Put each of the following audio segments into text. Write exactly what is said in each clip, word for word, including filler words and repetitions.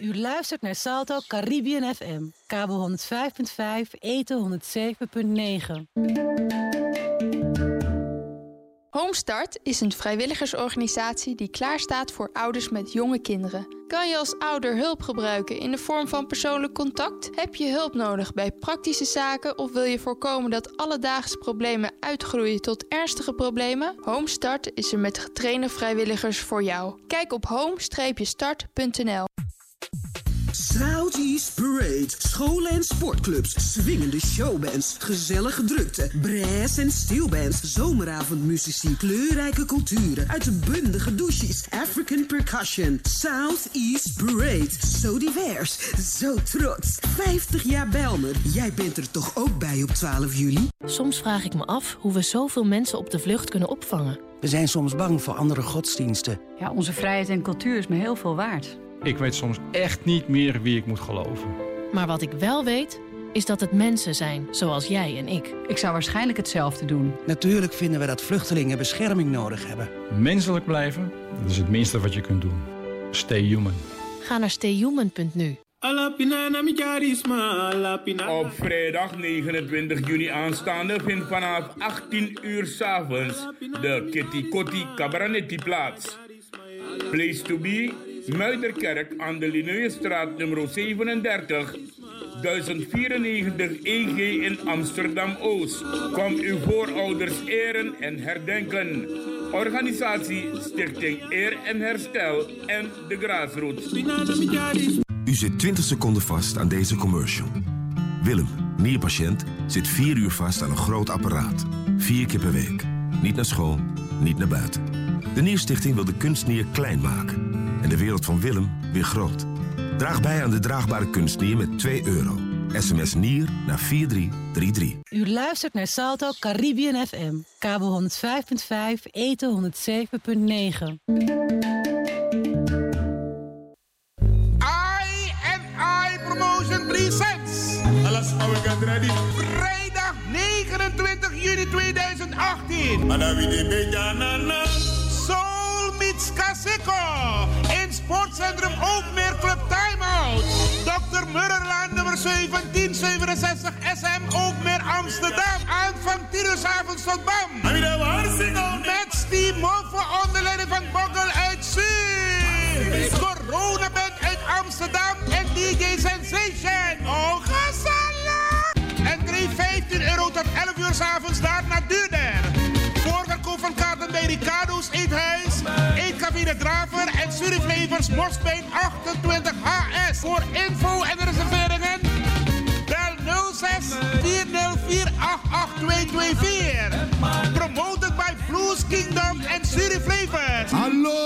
U luistert naar Salto Caribbean F M. Kabel honderd vijf komma vijf, eten honderd zeven komma negen. Homestart is een vrijwilligersorganisatie die klaarstaat voor ouders met jonge kinderen. Kan je als ouder hulp gebruiken in de vorm van persoonlijk contact? Heb je hulp nodig bij praktische zaken of wil je voorkomen dat alledaagse problemen uitgroeien tot ernstige problemen? Homestart is er met getrainde vrijwilligers voor jou. Kijk op home start punt n l. Southeast Parade, scholen en sportclubs, swingende showbands, gezellige drukte, brass en steelbands, zomeravondmuzici, kleurrijke culturen, uitbundige douches, African percussion. Southeast Parade, zo divers, zo trots. vijftig jaar Bijlmer, jij bent er toch ook bij op twaalf juli? Soms vraag ik me af hoe we zoveel mensen op de vlucht kunnen opvangen. We zijn soms bang voor andere godsdiensten. Ja, onze vrijheid en cultuur is me heel veel waard. Ik weet soms echt niet meer wie ik moet geloven. Maar wat ik wel weet, is dat het mensen zijn, zoals jij en ik. Ik zou waarschijnlijk hetzelfde doen. Natuurlijk vinden we dat vluchtelingen bescherming nodig hebben. Menselijk blijven, dat is het minste wat je kunt doen. Stay human. Ga naar stay human punt n u. Op vrijdag negenentwintig juni aanstaande vindt vanaf achttien uur 's avonds de Kitty Kotti Cabaretti plaats. Place to be, Muiderkerk aan de Linnaeusstraat nummer zevenendertig, duizend vierennegentig E G in Amsterdam-Oost. Kom uw voorouders eren en herdenken. Organisatie Stichting Eer en Herstel en de Grassroots. U zit twintig seconden vast aan deze commercial. Willem, nierpatiënt, zit vier uur vast aan een groot apparaat. Vier keer per week. Niet naar school, niet naar buiten. De Nierstichting wil de kunstnier klein maken. En de wereld van Willem weer groot. Draag bij aan de draagbare kunstnier met twee euro. S M S Nier naar vier drie drie drie. U luistert naar Salto Caribbean F M. Kabel honderd vijf komma vijf, eten honderd zeven komma negen. I and I Promotion presents. Alles how we get ready. Vrijdag negenentwintig juni tweeduizend achttien. Soul meets Kaseko. In Sportcentrum Ookmeer Club Timeout. dokter Murrerlaan nummer zeventien zevenenzestig S M Ookmeer Amsterdam. Aanvang tien uur 's avonds tot bam. Met Steve Moffo onder leiding van Boggel uit Zuid. Corona Band uit Amsterdam en D J Sensation. Oh, gezellig! Entree vijftien euro tot elf uur 's avonds, daarna duurder. Voorverkoop van kaarten bij Ricardo's Eethuis, Eetcafé Draver en Suriflevers Mospijn achtentwintig H S. Voor info en reserveringen bel nul zes vier nul vier acht acht twee twee vier. Promoted by Blues Kingdom en Suriflevers. Hallo!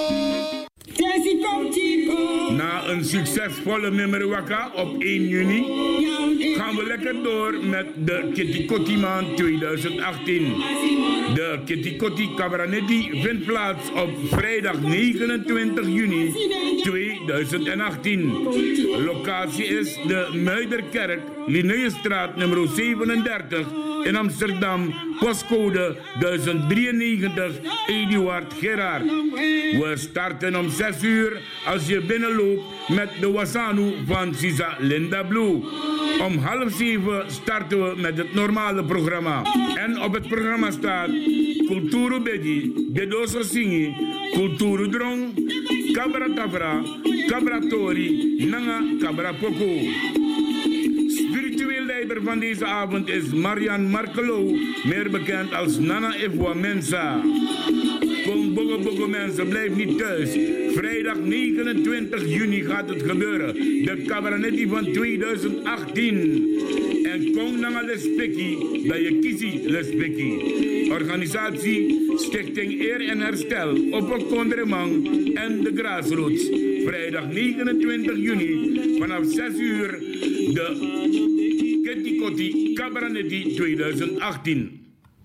Na een succesvolle Mimmerwaka op één juni gaan we lekker door met de Kitty Kotti maand tweeduizend achttien. De Kitty Kotti Cabaretti vindt plaats op vrijdag negenentwintig juni tweeduizend achttien. Locatie is de Muiderkerk, Linnaeusstraat nummer zevenendertig in Amsterdam, postcode duizend drieënnegentig, Eduard Gerard. We starten om zes uur als je binnenloopt met de Wasanu van Sisa Linda Blue. Om half zeven starten we met het normale programma. En op het programma staat Kulturu Bedi, Bedoso Singi, Kulturu Drong, Cabra Tavra, Cabra Tori, Nanga Cabra Poco. Spiritueel leider van deze avond is Marian Markelo, meer bekend als Nana Ifwa Mensa. Kom bogo bogo mensen, blijf niet thuis. Vrijdag negenentwintig juni gaat het gebeuren. De Cabaretti van tweeduizend achttien. En kom naar de spekkie, bij je kiezie de spekkie. Organisatie Stichting Eer en Herstel, Oppo Kondremang en de Grassroots. Vrijdag negenentwintig juni vanaf zes uur de Kitty Kotti Cabaretti tweeduizend achttien.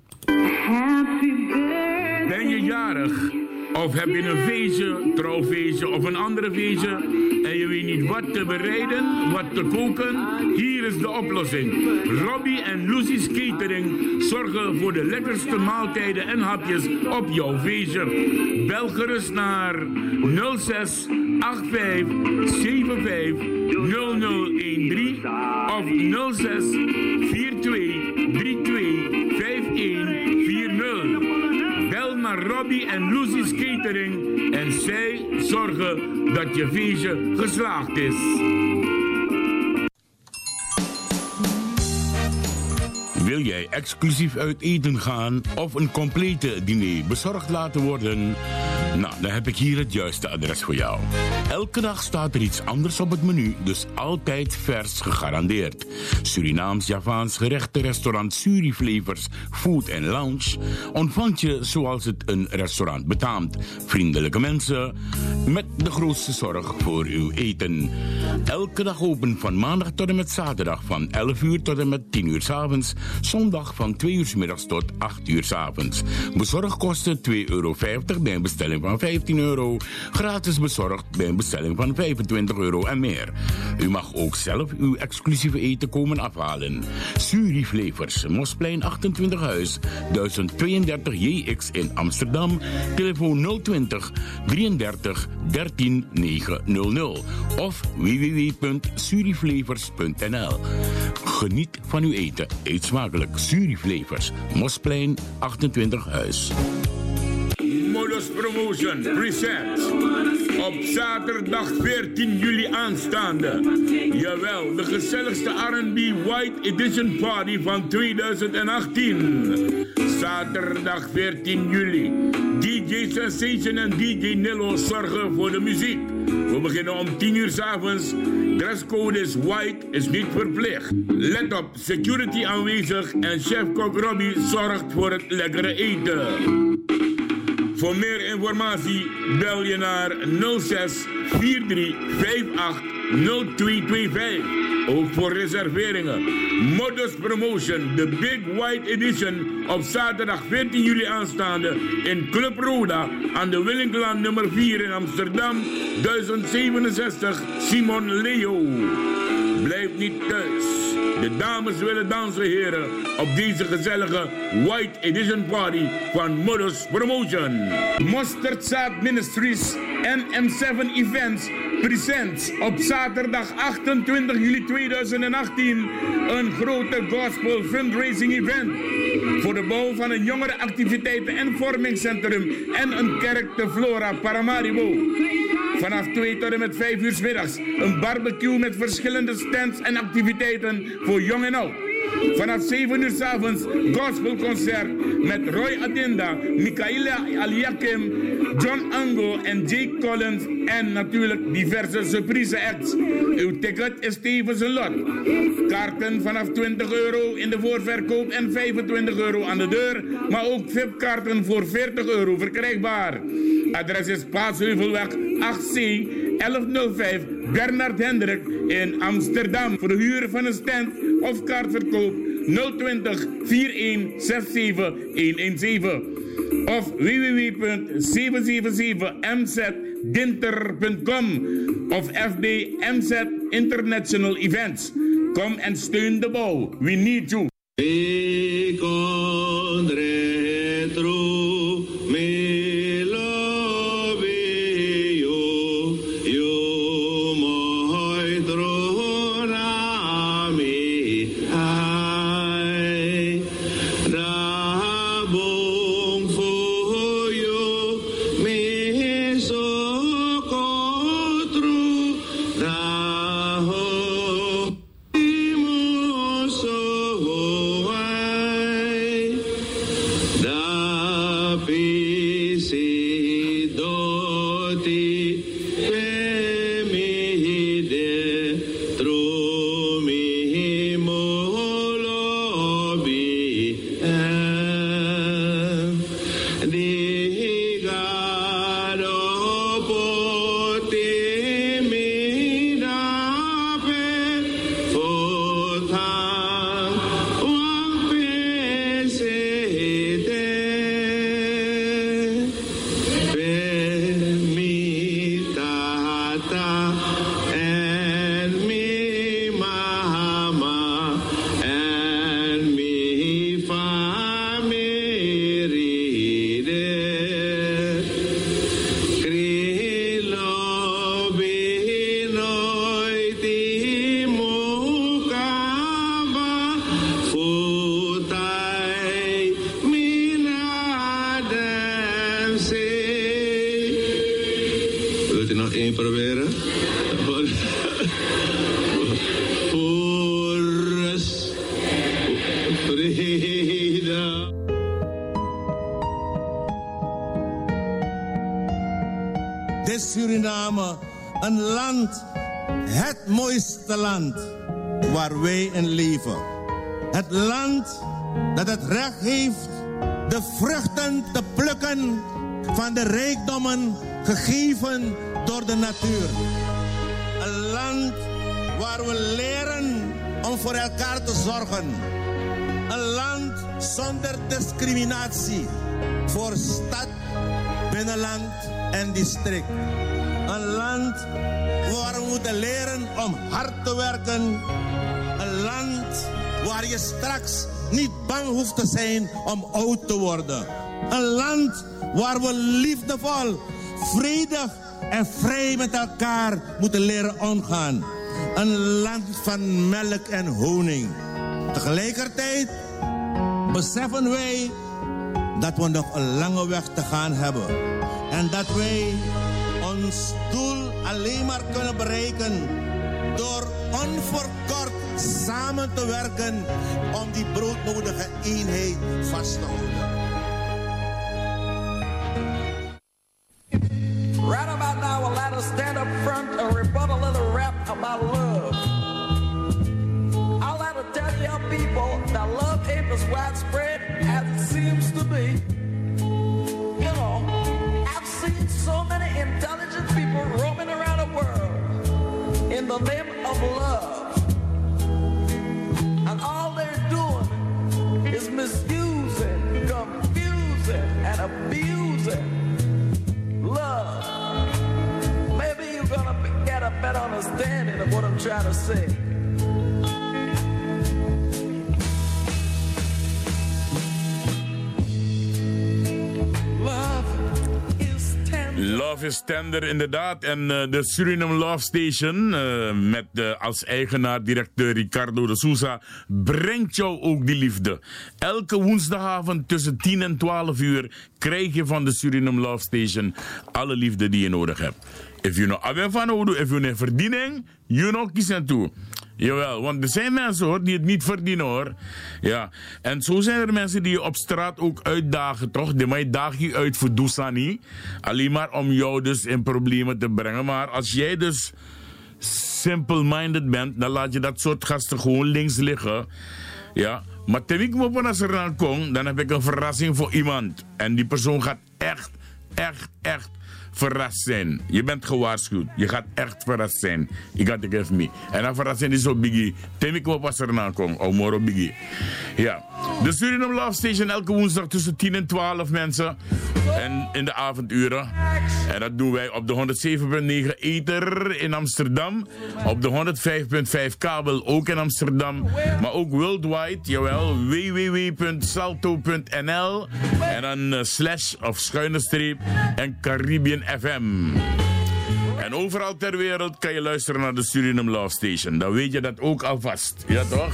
Ben je jarig? Of heb je een feestje, trouwfeestje of een andere feestje en je weet niet wat te bereiden, wat te koken? Hier is de oplossing. Robbie en Lucy's Catering zorgen voor de lekkerste maaltijden en hapjes op jouw feestje. Bel gerust naar nul zes acht vijf zeven vijf nul nul een drie of nul zes vier twee drie twee vijf een vier nul. Bel naar Robbie en Lucy's Catering en zij zorgen dat je feestje geslaagd is. Wil jij exclusief uit eten gaan of een complete diner bezorgd laten worden? Nou, dan heb ik hier het juiste adres voor jou. Elke dag staat er iets anders op het menu, dus altijd vers gegarandeerd. Surinaams-Javaans gerechten restaurant Suriflavors Food and Lounge ontvangt je zoals het een restaurant betaamt. Vriendelijke mensen met de grootste zorg voor uw eten. Elke dag open van maandag tot en met zaterdag van elf uur tot en met tien uur 's avonds. Zondag van twee uur 's middags tot acht uur 's avonds. Bezorgkosten twee euro vijftig bij een bestelling van vijftien euro. Gratis bezorgd bij een bestelling van vijfentwintig euro en meer. U mag ook zelf uw exclusieve eten komen afhalen. Suriflavors, Mosplein achtentwintig Huis, duizend tweeëndertig J X in Amsterdam. Telefoon nul twintig drieëndertig dertien negenhonderd of w w w punt suriflavors punt n l. Geniet van uw eten. Eet smakelijk. Suriflavors, Mosplein achtentwintig Huis. Modus Promotion presents op zaterdag veertien juli aanstaande. Jawel, de gezelligste R en B White Edition Party van tweeduizend achttien. Zaterdag veertien juli. D J Sensation en D J Nilo zorgen voor de muziek. We beginnen om tien uur 's avonds. Dresscode is white, is niet verplicht. Let op, security aanwezig en chef-kok Robbie zorgt voor het lekkere eten. Voor meer informatie bel je naar nul zes vier drie vijf acht nul twee twee vijf. Ook voor reserveringen. Modus Promotion, de Big White Edition op zaterdag veertien juli aanstaande in Club Roda aan de Willinklaan nummer vier in Amsterdam, duizend zevenenzestig Simon Leo. Blijf niet thuis. De dames willen dansen, heren, op deze gezellige White Edition Party van Modus Promotion. Mosterdzaad Ministries en M zeven Events presents op zaterdag achtentwintig juli tweeduizend achttien een grote gospel fundraising event voor de bouw van een jongerenactiviteiten- en vormingscentrum en een kerk te Flora Paramaribo. Vanaf twee tot en met vijf uur 's middags een barbecue met verschillende stands en activiteiten voor jong en oud. Vanaf zeven uur 's avonds gospelconcert met Roy Adinda, Michaela Aliakim, John Ango en Jake Collins en natuurlijk diverse surprise acts. Uw ticket is tevens een lot. Kaarten vanaf twintig euro in de voorverkoop en vijfentwintig euro aan de deur, maar ook V I P-kaarten voor veertig euro verkrijgbaar. Adres is Paasheuvelweg acht C elfhonderdvijf Bernard Hendrik in Amsterdam. Voor de huur van een stand of kaartverkoop nul twintig vierentwintig zevenenzeventig honderdzeven of w w w punt zeven zeven zeven m z dinter punt com of F D M Z International Events. Kom en steun de bouw. We need you. Oh, land, het mooiste land waar wij in leven. Het land dat het recht heeft de vruchten te plukken van de rijkdommen gegeven door de natuur. Een land waar we leren om voor elkaar te zorgen. Een land zonder discriminatie voor stad, binnenland en district. Een land waar we moeten leren om hard te werken. Een land waar je straks niet bang hoeft te zijn om oud te worden. Een land waar we liefdevol, vredig en vrij met elkaar moeten leren omgaan. Een land van melk en honing. Tegelijkertijd beseffen wij dat we nog een lange weg te gaan hebben. En dat wij ons doel alleen maar kunnen bereiken door onverkort samen te werken om die broodnodige eenheid vast te houden. Right about now, I'll let us stand up front and rebut a little rap about love. I'll let her tell you people that love ain't as widespread as it seems to be. You know, I've seen so many intelligent people roaming around the world in the name of love. And all they're doing is misusing, confusing, and abusing love. Maybe you're gonna get a better understanding of what I'm trying to say. Love is tender, inderdaad. En uh, de Suriname Love Station, uh, met uh, als eigenaar, directeur Ricardo de Souza, brengt jou ook die liefde. Elke woensdagavond tussen tien en twaalf uur krijg je van de Suriname Love Station alle liefde die je nodig hebt. If you know abem van oudu, if you know verdiening, you know kiezen toe. Jawel, want er zijn mensen hoor, die het niet verdienen hoor. Ja, en zo zijn er mensen die je op straat ook uitdagen toch? Die mij daag je uit voor Doesani. Alleen maar om jou dus in problemen te brengen. Maar als jij dus simple-minded bent, dan laat je dat soort gasten gewoon links liggen. Ja, maar terwijl ik me als er dan kom, dan heb ik een verrassing voor iemand. En die persoon gaat echt, echt, echt verrast zijn. Je bent gewaarschuwd. Je gaat echt verrast zijn. Ik ga het even mee. En dan verrassing is zo biggie. Tem ik op als er na kom. Oh, moro biggie. Ja. De Suriname Love Station elke woensdag tussen tien en twaalf mensen. En in de avonduren. En dat doen wij op de honderdzeven punt negen ether in Amsterdam. Op de honderdvijf punt vijf kabel ook in Amsterdam. Maar ook worldwide. Jawel. w w w punt salto punt n l. En dan uh, slash of schuine streep. En Caribbean F M. En overal ter wereld kan je luisteren naar de Suriname Love Station. Dan weet je dat ook alvast. Ja toch?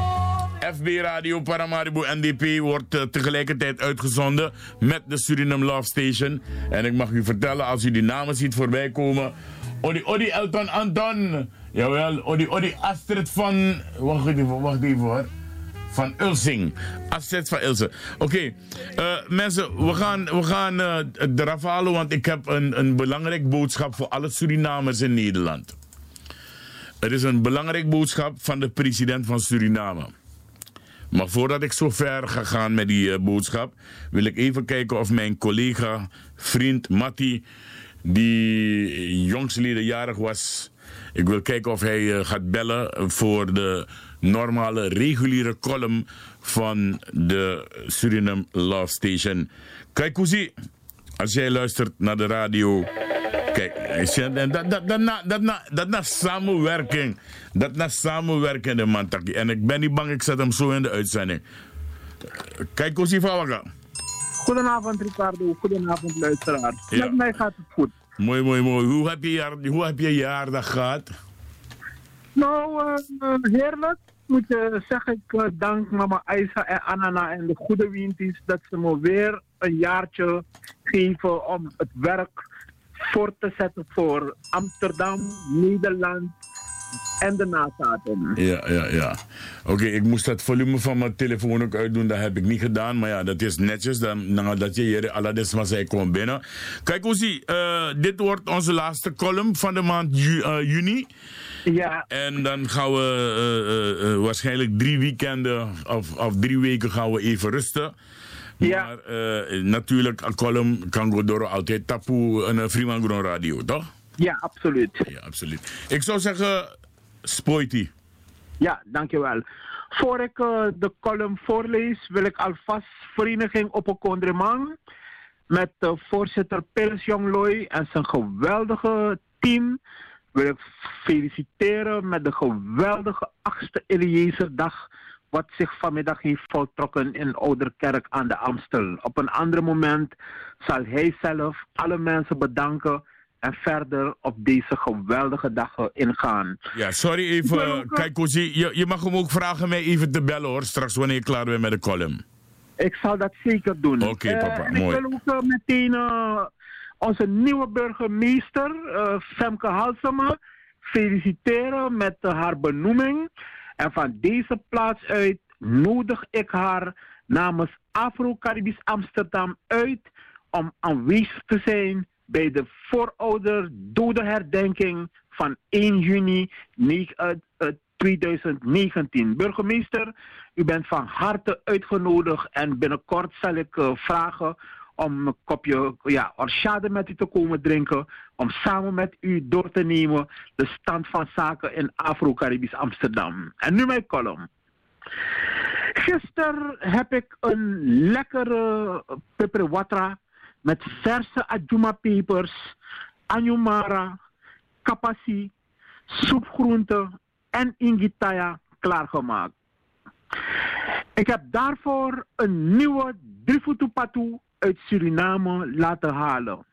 F B Radio Paramaribo N D P wordt uh, tegelijkertijd uitgezonden met de Suriname Love Station. En ik mag u vertellen, als u die namen ziet voorbij komen. Odi Odi Elton Anton. Jawel, Odi Odi Astrid van... Wacht even, wacht even hoor. Van Ulsing. Astrid van Ulsing. Oké, okay. uh, mensen, we gaan, we gaan uh, eraf halen, want ik heb een, een belangrijk boodschap voor alle Surinamers in Nederland. Het is een belangrijk boodschap van de president van Suriname. Maar voordat ik zo ver ga gaan met die uh, boodschap, wil ik even kijken of mijn collega, vriend Matti, die jongstleden jarig was, ik wil kijken of hij uh, gaat bellen voor de normale, reguliere column van de Suriname Love Station. Kijk hoe zie, als jij luistert naar de radio. Kijk, dat, dat, dat, dat, na, dat, na, dat na samenwerking. Dat na samenwerking, de man. En ik ben niet bang, ik zet hem zo in de uitzending. Kijk hoe zie van wat. Goedenavond Ricardo, goedenavond luisteraar. Ja. Met mij gaat het goed. Mooi, mooi, mooi. Hoe heb je je, hoe heb je, je jaardag gehad? Nou, uh, heerlijk. Moet je zeggen, ik uh, dank mama Aisa en Anana en de goede winties dat ze me weer een jaartje geven om het werk voor te zetten voor Amsterdam, Nederland, en de nazaten. Ja, ja, ja. Oké, okay, ik moest het volume van mijn telefoon ook uitdoen. Dat heb ik niet gedaan. Maar ja, dat is netjes. Dan, dan dat je hier alle desma zei komt binnen. Kijk, Oezie, uh, dit wordt onze laatste column van de maand ju- uh, juni. Ja. En dan gaan we uh, uh, uh, waarschijnlijk drie weekenden of, of drie weken gaan we even rusten. Ja. Maar uh, natuurlijk, een column kan go door altijd tapu en een Fremangron radio, toch? Ja, absoluut. Ja, absoluut. Ik zou zeggen, spoitie. Ja, dankjewel. Voor ik uh, de column voorlees, wil ik alvast Vereniging Opokondremang met uh, voorzitter Pils Jongloy en zijn geweldige team wil ik feliciteren met de geweldige achtste Eliezer-dag, wat zich vanmiddag heeft voltrokken in Ouderkerk aan de Amstel. Op een ander moment zal hij zelf alle mensen bedanken en verder op deze geweldige dag ingaan. Ja, sorry even. Uh, kijk, Oezie, je, je mag hem ook vragen mij even te bellen hoor, straks wanneer je klaar bent met de column. Ik zal dat zeker doen. Oké, okay, papa, uh, mooi. Ik wil ook uh, meteen uh, onze nieuwe burgemeester, uh, Femke Halsema, feliciteren met uh, haar benoeming. En van deze plaats uit nodig ik haar namens Afro-Caribisch Amsterdam uit om aanwezig te zijn bij de voorouder dodenherdenking van één juni tweeduizend negentien. Burgemeester, u bent van harte uitgenodigd en binnenkort zal ik uh, vragen om een kopje ja, orchade met u te komen drinken, om samen met u door te nemen de stand van zaken in Afro-Caribisch Amsterdam. En nu mijn column. Gisteren heb ik een lekkere peperwatra met verse adjuma-pepers, anyumara, kapasi, soepgroenten en ingitaya klaargemaakt. Ik heb daarvoor een nieuwe drifutupatu uit Suriname laten halen.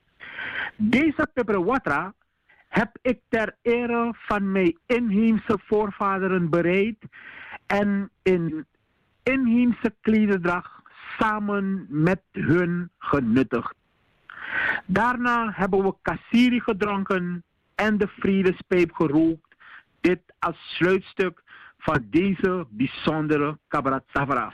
Deze peperwatra heb ik ter ere van mijn inheemse voorvaderen bereid en in inheemse klederdracht samen met hun genuttigd. Daarna hebben we kassiri gedronken en de vredespijp gerookt. Dit als sluitstuk van deze bijzondere Kabrat Savara.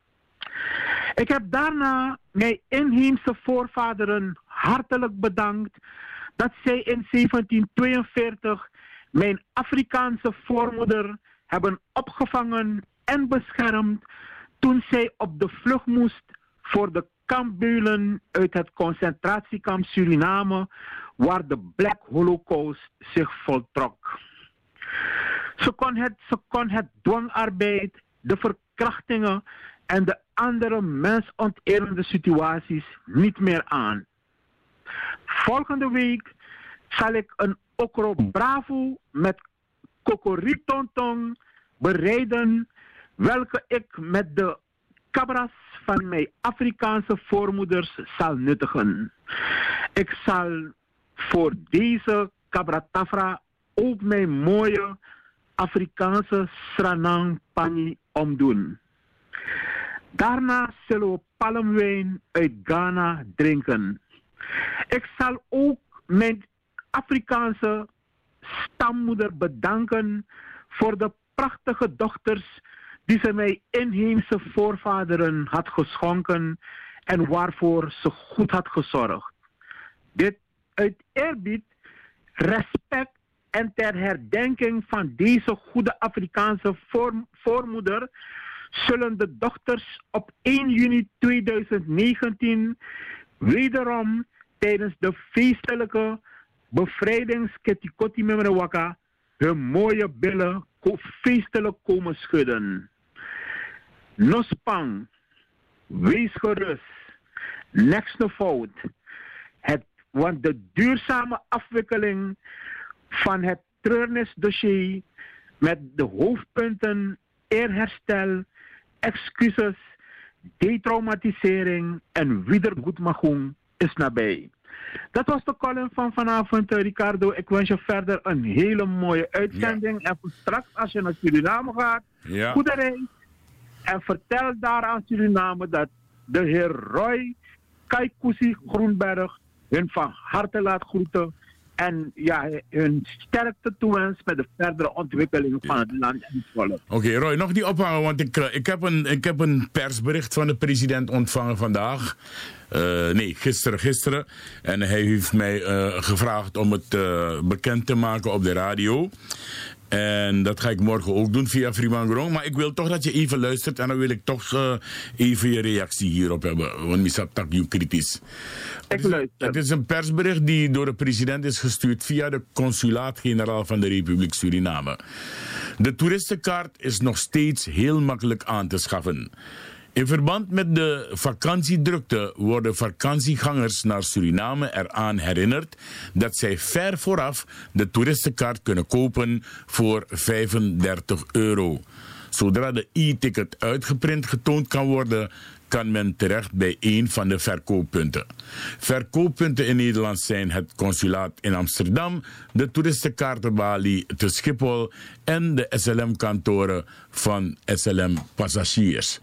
Ik heb daarna mijn inheemse voorvaderen hartelijk bedankt dat zij in zeventien tweeënveertig mijn Afrikaanse voormoeder hebben opgevangen en beschermd toen zij op de vlucht moest voor de kampbeulen uit het concentratiekamp Suriname, waar de Black Holocaust zich voltrok. Ze kon het, ze kon het dwangarbeid, de verkrachtingen en de andere mensonterende situaties niet meer aan. Volgende week zal ik een okro bravo met kokorietontong bereiden, welke ik met de kabras van mijn Afrikaanse voormoeders zal nuttigen. Ik zal voor deze kabratafra ook mijn mooie Afrikaanse Sranang Pani omdoen. Daarna zullen we palmwijn uit Ghana drinken. Ik zal ook mijn Afrikaanse stammoeder bedanken voor de prachtige dochters die ze mij inheemse voorvaderen had geschonken en waarvoor ze goed had gezorgd. Dit uit eerbied, respect en ter herdenking van deze goede Afrikaanse voor, voormoeder zullen de dochters op één juni tweeduizend negentien wederom tijdens de feestelijke bevrijdingskettikoti Memrewaka hun mooie billen feestelijk komen schudden. Nospang, wees gerust, niks de fout. Het, want de duurzame afwikkeling van het treurnisdossier met de hoofdpunten eerherstel, excuses, detraumatisering en wiedergoedmachung is nabij. Dat was de column van vanavond, Ricardo. Ik wens je verder een hele mooie uitzending. Ja. En voor straks, als je naar Suriname gaat, ja. Goede reis. En vertel daar aan Suriname dat de heer Roy Kaikousi Groenberg hun van harte laat groeten. en ja, hun sterkte toewens met de verdere ontwikkeling van het land en het volk. Oké, okay, Roy, nog niet ophangen, want ik, ik, heb een, ik heb een persbericht van de president ontvangen vandaag. Uh, nee, gisteren, gisteren. En hij heeft mij uh, gevraagd om het uh, bekend te maken op de radio. En dat ga ik morgen ook doen via Frimangrong. Maar ik wil toch dat je even luistert en dan wil ik toch uh, even je reactie hierop hebben. Want misap tak je kritisch. Ik luister. Het is een persbericht die door de president is gestuurd via de consulaat-generaal van de Republiek Suriname. De toeristenkaart is nog steeds heel makkelijk aan te schaffen. In verband met de vakantiedrukte worden vakantiegangers naar Suriname eraan herinnerd dat zij ver vooraf de toeristenkaart kunnen kopen voor vijfendertig euro. Zodra de e-ticket uitgeprint getoond kan worden, kan men terecht bij een van de verkooppunten. Verkooppunten in Nederland zijn het consulaat in Amsterdam, de toeristenkaartenbalie te Schiphol en de S L M-kantoren van S L M Passagiers.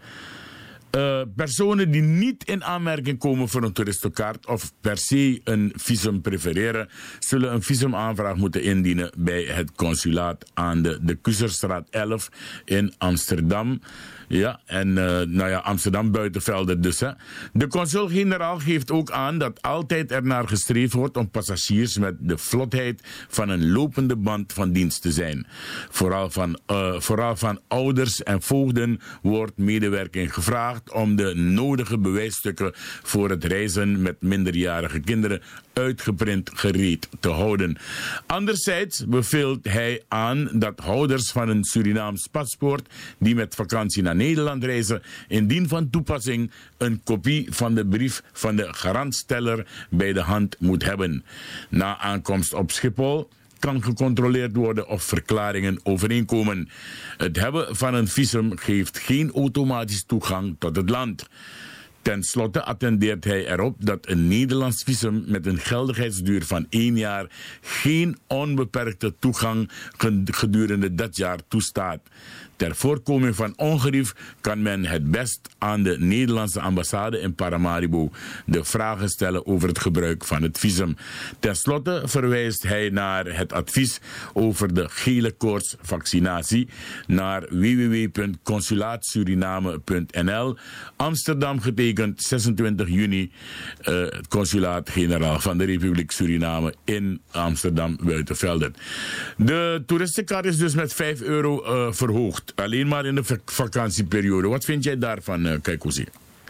Uh, personen die niet in aanmerking komen voor een toeristenkaart of per se een visum prefereren, zullen een visumaanvraag moeten indienen bij het consulaat aan de de Kuserstraat elf in Amsterdam. Ja, en uh, nou ja, Amsterdam Buitenvelden dus. Hè. De consul-generaal geeft ook aan dat altijd ernaar gestreefd wordt om passagiers met de vlotheid van een lopende band van dienst te zijn. Vooral van, uh, vooral van ouders en voogden wordt medewerking gevraagd om de nodige bewijsstukken voor het reizen met minderjarige kinderen uitgeprint gereed te houden. Anderzijds beveelt hij aan dat houders van een Surinaams paspoort die met vakantie naar Nederland reizen, indien van toepassing een kopie van de brief van de garantsteller bij de hand moet hebben. Na aankomst op Schiphol kan gecontroleerd worden of verklaringen overeenkomen. Het hebben van een visum geeft geen automatisch toegang tot het land. Ten slotte attendeert hij erop dat een Nederlands visum met een geldigheidsduur van één jaar geen onbeperkte toegang gedurende dat jaar toestaat. Ter voorkoming van ongerief kan men het best aan de Nederlandse ambassade in Paramaribo de vragen stellen over het gebruik van het visum. Ten slotte verwijst hij naar het advies over de gele koortsvaccinatie naar w w w punt consulaatsuriname punt n l. Amsterdam getekend zesentwintig juni, uh, het consulaat-generaal van de Republiek Suriname in Amsterdam Buitenvelden. De toeristenkaart is dus met vijf euro uh, verhoogd. Alleen maar in de vak- vakantieperiode. Wat vind jij daarvan, uh, Keikosi?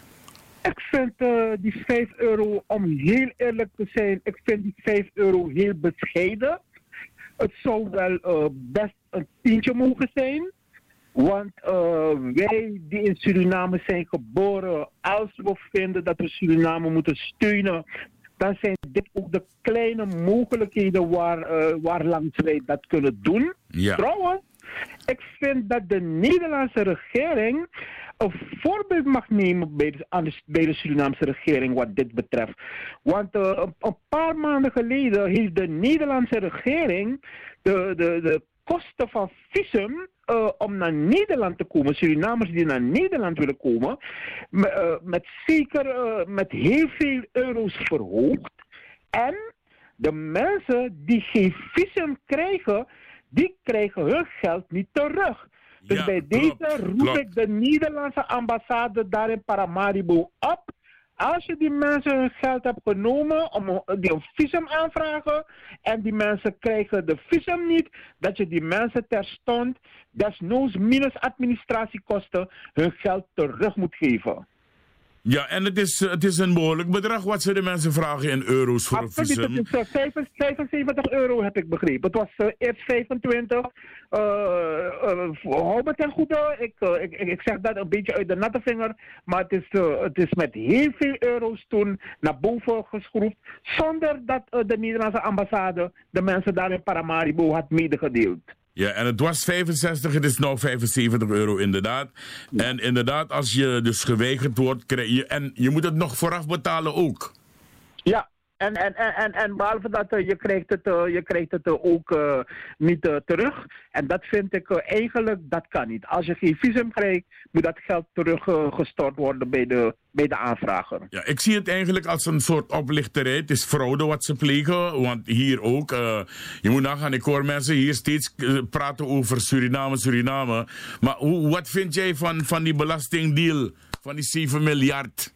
Ik vind uh, die vijf euro, om heel eerlijk te zijn, ik vind die vijf euro heel bescheiden. Het zou wel uh, best een tientje mogen zijn. Want uh, wij die in Suriname zijn geboren, als we vinden dat we Suriname moeten steunen, dan zijn dit ook de kleine mogelijkheden waar, uh, waar langs wij dat kunnen doen. Ja. Trouwens, ik vind dat de Nederlandse regering een voorbeeld mag nemen bij de, aan de, bij de Surinaamse regering wat dit betreft. Want uh, een, een paar maanden geleden heeft de Nederlandse regering de, de, de kosten van visum uh, om naar Nederland te komen, Surinamers die naar Nederland willen komen, met, uh, met zeker uh, met heel veel euro's verhoogd. En de mensen die geen visum krijgen, die krijgen hun geld niet terug. Dus ja, bij klopt, deze roep klopt. ik de Nederlandse ambassade daar in Paramaribo op. Als je die mensen hun geld hebt genomen om die een visum aanvragen en die mensen krijgen de visum niet, dat je die mensen terstond, desnoods minus administratiekosten, hun geld terug moet geven. Ja, en het is, het is een behoorlijk bedrag wat ze de mensen vragen in euro's voor een visum. Absoluut, het is uh, vijfenzeventig euro heb ik begrepen. Het was uh, eerst vijfentwintig. Uh, uh, hou me ten goede, ik, uh, ik, ik, ik zeg dat een beetje uit de natte vinger. Maar het is, uh, het is met heel veel euro's toen naar boven geschroefd. Zonder dat uh, de Nederlandse ambassade de mensen daar in Paramaribo had medegedeeld. Ja, en het was vijfenzestig, het is nu vijfenzeventig euro inderdaad. Ja. En inderdaad, als je dus geweigerd wordt, krijg je, en je moet het nog vooraf betalen ook. Ja, En, en, en, en, en behalve dat, uh, je krijgt het, uh, je krijgt het uh, ook uh, niet uh, terug. En dat vind ik uh, eigenlijk, dat kan niet. Als je geen visum krijgt, moet dat geld teruggestort uh, worden bij de, bij de aanvrager. Ja, ik zie het eigenlijk als een soort oplichterij. Het is fraude wat ze plegen, want hier ook, uh, je moet nagaan, ik hoor mensen hier steeds uh, praten over Suriname, Suriname. Maar hoe, wat vind jij van, van die belastingdeal, van die zeven miljard?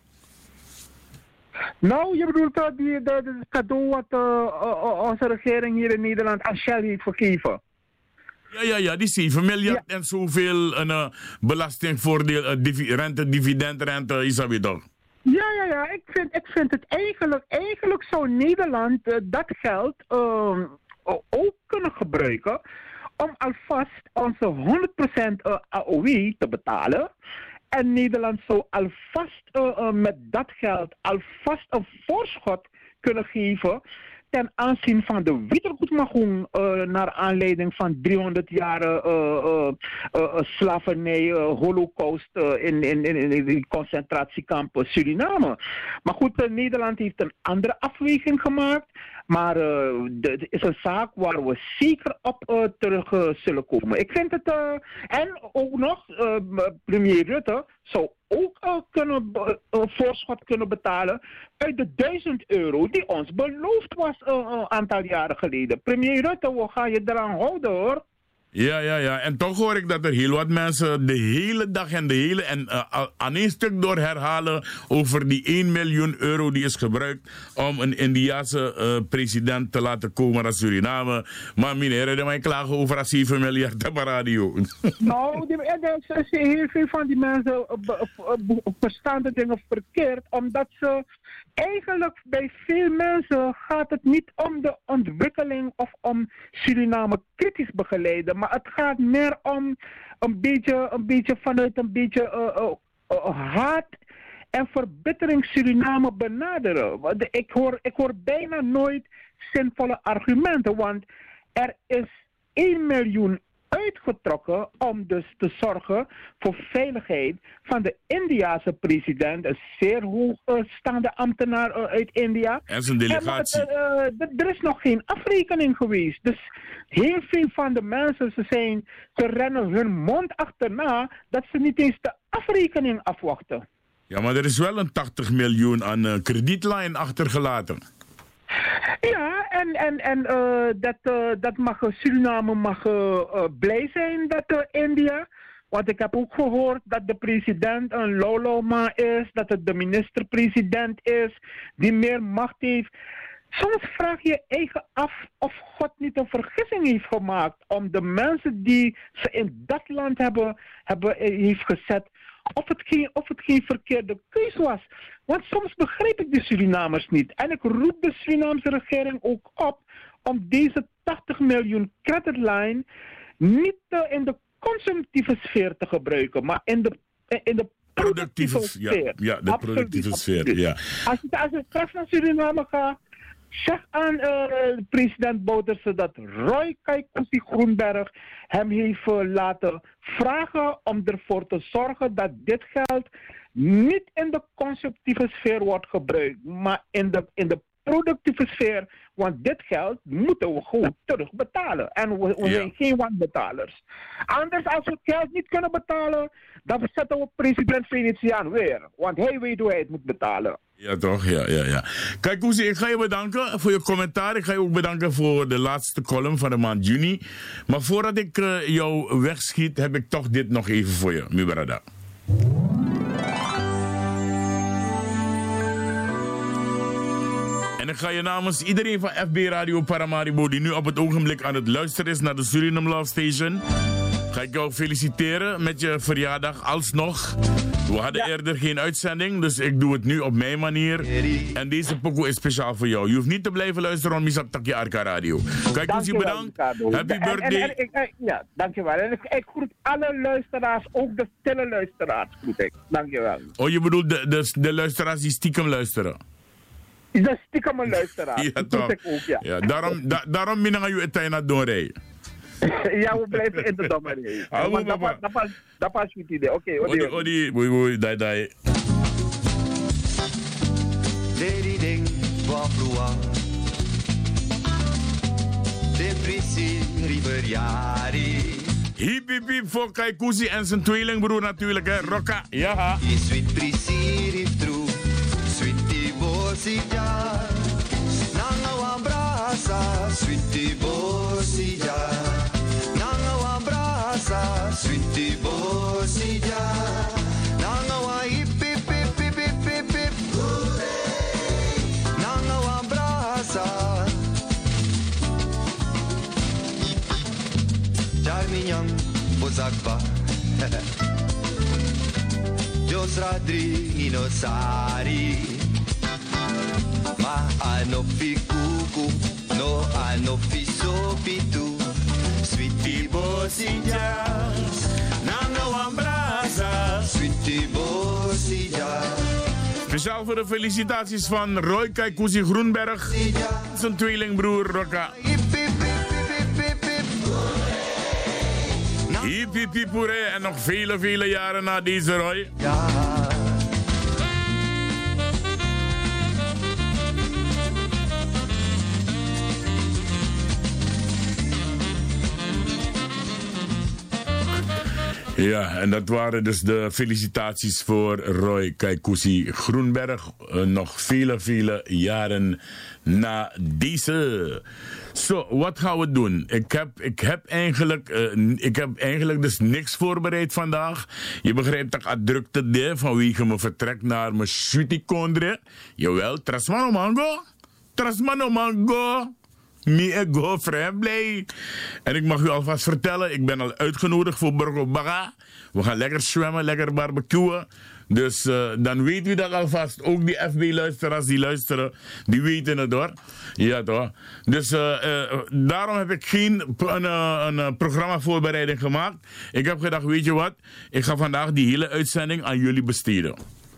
Nou, je bedoelt uh, die, de, de cadeau wat uh, uh, onze regering hier in Nederland aan Shell heeft gegeven. Ja, ja, ja, die zeven miljard ja. En zoveel een uh, belastingvoordeel, uh, divi- rente, dividendrente, is dat weer toch? Ja, ja, ja. Ik vind, ik vind het eigenlijk, eigenlijk zou Nederland uh, dat geld uh, ook kunnen gebruiken om alvast onze honderd procent uh, A O I te betalen. En Nederland zou alvast uh, uh, met dat geld alvast een voorschot kunnen geven ten aanzien van de wiedergoedmachung uh, naar aanleiding van driehonderd jaar uh, uh, uh, slavernij, uh, holocaust uh, in, in, in, in die concentratiekampen Suriname. Maar goed, uh, Nederland heeft een andere afweging gemaakt. Maar uh, het is een zaak waar we zeker op uh, terug uh, zullen komen. Ik vind het... Uh, en ook nog, uh, premier Rutte zou ook uh, kunnen be- uh, voorschot kunnen betalen uit de duizend euro die ons beloofd was uh, een aantal jaren geleden. Premier Rutte, we gaan je eraan houden hoor. Ja, ja, ja. En toch hoor ik dat er heel wat mensen de hele dag en de hele... en uh, aan één stuk door herhalen over die één miljoen euro die is gebruikt om een Indiase uh, president te laten komen naar Suriname. Maar meneer, dan mij klagen over dat zeven miljard op de radio. Nou, die, er zijn heel veel van die mensen uh, verstaan de dingen verkeerd, omdat ze... Eigenlijk bij veel mensen gaat het niet om de ontwikkeling of om Suriname kritisch begeleiden. Maar het gaat meer om een beetje, een beetje vanuit een beetje uh, uh, uh, haat en verbittering Suriname benaderen. Ik hoor, ik hoor bijna nooit zinvolle argumenten, want er is één miljoen uitgetrokken om dus te zorgen voor veiligheid van de Indiase president, een zeer hoogstaande ambtenaar uh, uit India. En zijn delegatie. En, uh, uh, er is nog geen afrekening geweest. Dus heel veel van de mensen, ze, zijn, ze rennen hun mond achterna dat ze niet eens de afrekening afwachten. Ja, maar er is wel een tachtig miljoen aan uh, kredietlijn achtergelaten. Ja, en, en, en uh, dat, uh, dat mag Suriname mag uh, uh, blij zijn dat uh, India. Want ik heb ook gehoord dat de president een loloma is, dat het de minister-president is die meer macht heeft. Soms vraag je eigen af of God niet een vergissing heeft gemaakt om de mensen die ze in dat land hebben, hebben heeft gezet, of het geen, of het geen verkeerde keus was. Want soms begrijp ik de Surinamers niet. En ik roep de Surinaamse regering ook op om deze tachtig miljoen creditline niet uh, in de consumptieve sfeer te gebruiken, maar in de, in de productieve, productieve sfeer. Ja, ja de absoluut, productieve absoluut. sfeer, ja. Als je, als je straks naar Suriname gaat, zeg aan uh, president Bouterse dat Roy Kaikousi Groenberg hem heeft uh, laten vragen om ervoor te zorgen dat dit geld niet in de consumptieve sfeer wordt gebruikt, maar in de, in de productieve sfeer. Want dit geld moeten we gewoon terugbetalen. En we, we ja. zijn geen wanbetalers. Anders, als we het geld niet kunnen betalen, dan zetten we president Venetiaan weer. Want hij weet hoe hij het moet betalen. Ja, toch? Ja, ja, ja. Kijk, Koesie, ik ga je bedanken voor je commentaar. Ik ga je ook bedanken voor de laatste column van de maand juni. Maar voordat ik uh, jou wegschiet, heb ik toch dit nog even voor je, Mubarada. En ik ga je namens iedereen van F B Radio Paramaribo die nu op het ogenblik aan het luisteren is naar de Suriname Love Station, ga ik jou feliciteren met je verjaardag alsnog. We hadden ja. eerder geen uitzending, dus ik doe het nu op mijn manier. En deze pokoe is speciaal voor jou. Je hoeft niet te blijven luisteren, want Misap Takje Arka Radio. Kijk, Koesie, bedankt. Happy birthday. En, en, en, en, ja, dankjewel. En ik, ik groet alle luisteraars, ook de stille luisteraars groet ik. Dankjewel. Oh, je bedoelt de, de, de luisteraars die stiekem luisteren? Dat stiekem een luisteraar. Ja, dat toch. Ik ook, ja. Ja, daarom, da, daarom minanga je het naar doorrij. Ja, we blijven in de dommerij. Ah, dat, dat, dat, pas, dat pas goed idee. Oké, okay, odi, odi, odi, boei, boei, dai, dai. Ding, ding. tua frua. De prisi riveriari. Hip hip hip voor Kaikousi en zijn tweelingbroer natuurlijk, hè, Rocca. Ja. Sweet prisi riftru, sweetie bosija. Nanga wambrasa, sweetie bosija. Nanga wambrasa, sweetie bosija. Nanga wa hip hip hip hip hip hip hip. Nanga wambrasa. Charminyan bozakba. Jos radri ninosari. Ma anofi kuku, no anofi sopitu. Sweetie bosija, nanga wambraza. Sweetie bosija. Speciaal voor de felicitaties van Roy Kaikousi Groenberg, zijn tweelingbroer Rocca. Hip hip hip hoeré, en nog vele vele jaren na deze Roy. Ja. Ja, en dat waren dus de felicitaties voor Roy Kaikousi Groenberg. Uh, nog vele, vele jaren na deze. Zo, so, wat gaan we doen? Ik heb, ik heb eigenlijk, uh, ik heb eigenlijk dus niks voorbereid vandaag. Je begrijpt dat ik aan drukte de vanwege mijn vertrek naar mijn Sweetie-kondre. Jawel, Trasmano Mango. Trasmano Mango. Me en go vrij blij. En ik mag u alvast vertellen, ik ben al uitgenodigd voor Borgo Baga. We gaan lekker zwemmen, lekker barbecuen. Dus uh, dan weet u dat alvast. Ook die F B-luisteraars die luisteren, die weten het hoor. Ja toch. Dus uh, uh, daarom heb ik geen een, een, een programmavoorbereiding gemaakt. Ik heb gedacht, weet je wat? Ik ga vandaag die hele uitzending aan jullie besteden.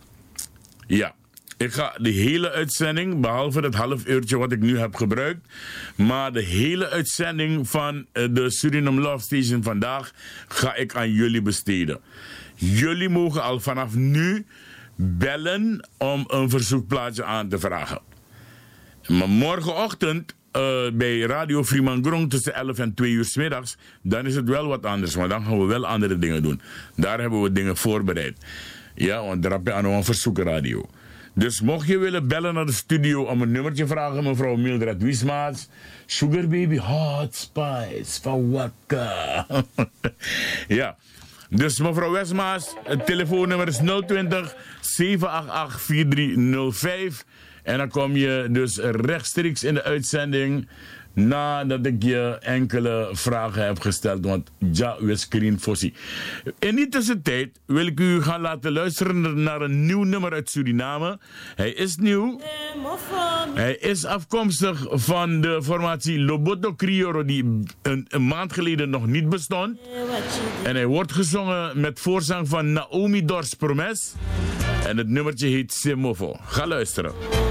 Ja. Ik ga de hele uitzending, behalve dat half uurtje wat ik nu heb gebruikt, maar de hele uitzending van de Suriname Love Station vandaag ga ik aan jullie besteden. Jullie mogen al vanaf nu bellen om een verzoekplaatje aan te vragen. Maar morgenochtend uh, bij Radio Fremangrom tussen elf en twee uur 's middags, dan is het wel wat anders, maar dan gaan we wel andere dingen doen. Daar hebben we dingen voorbereid. Ja, want daar heb je aan een verzoekenradio. Dus mocht je willen bellen naar de studio om een nummertje vragen, mevrouw Mildred Wiesmaats. Sugar Baby Hot Spice van Wakka. Ja, dus mevrouw Wiesmaats, het telefoonnummer is nul twintig, zeven acht acht, vier drie nul vijf. En dan kom je dus rechtstreeks in de uitzending nadat ik je enkele vragen heb gesteld, want ja, we screen fossie. In die tussentijd wil ik u gaan laten luisteren naar een nieuw nummer uit Suriname. Hij is nieuw. Hij is afkomstig van de formatie Loboto Criollo, die een, een maand geleden nog niet bestond. En hij wordt gezongen met voorzang van Naomi Dors Promes. En het nummertje heet Semofo. Ga luisteren.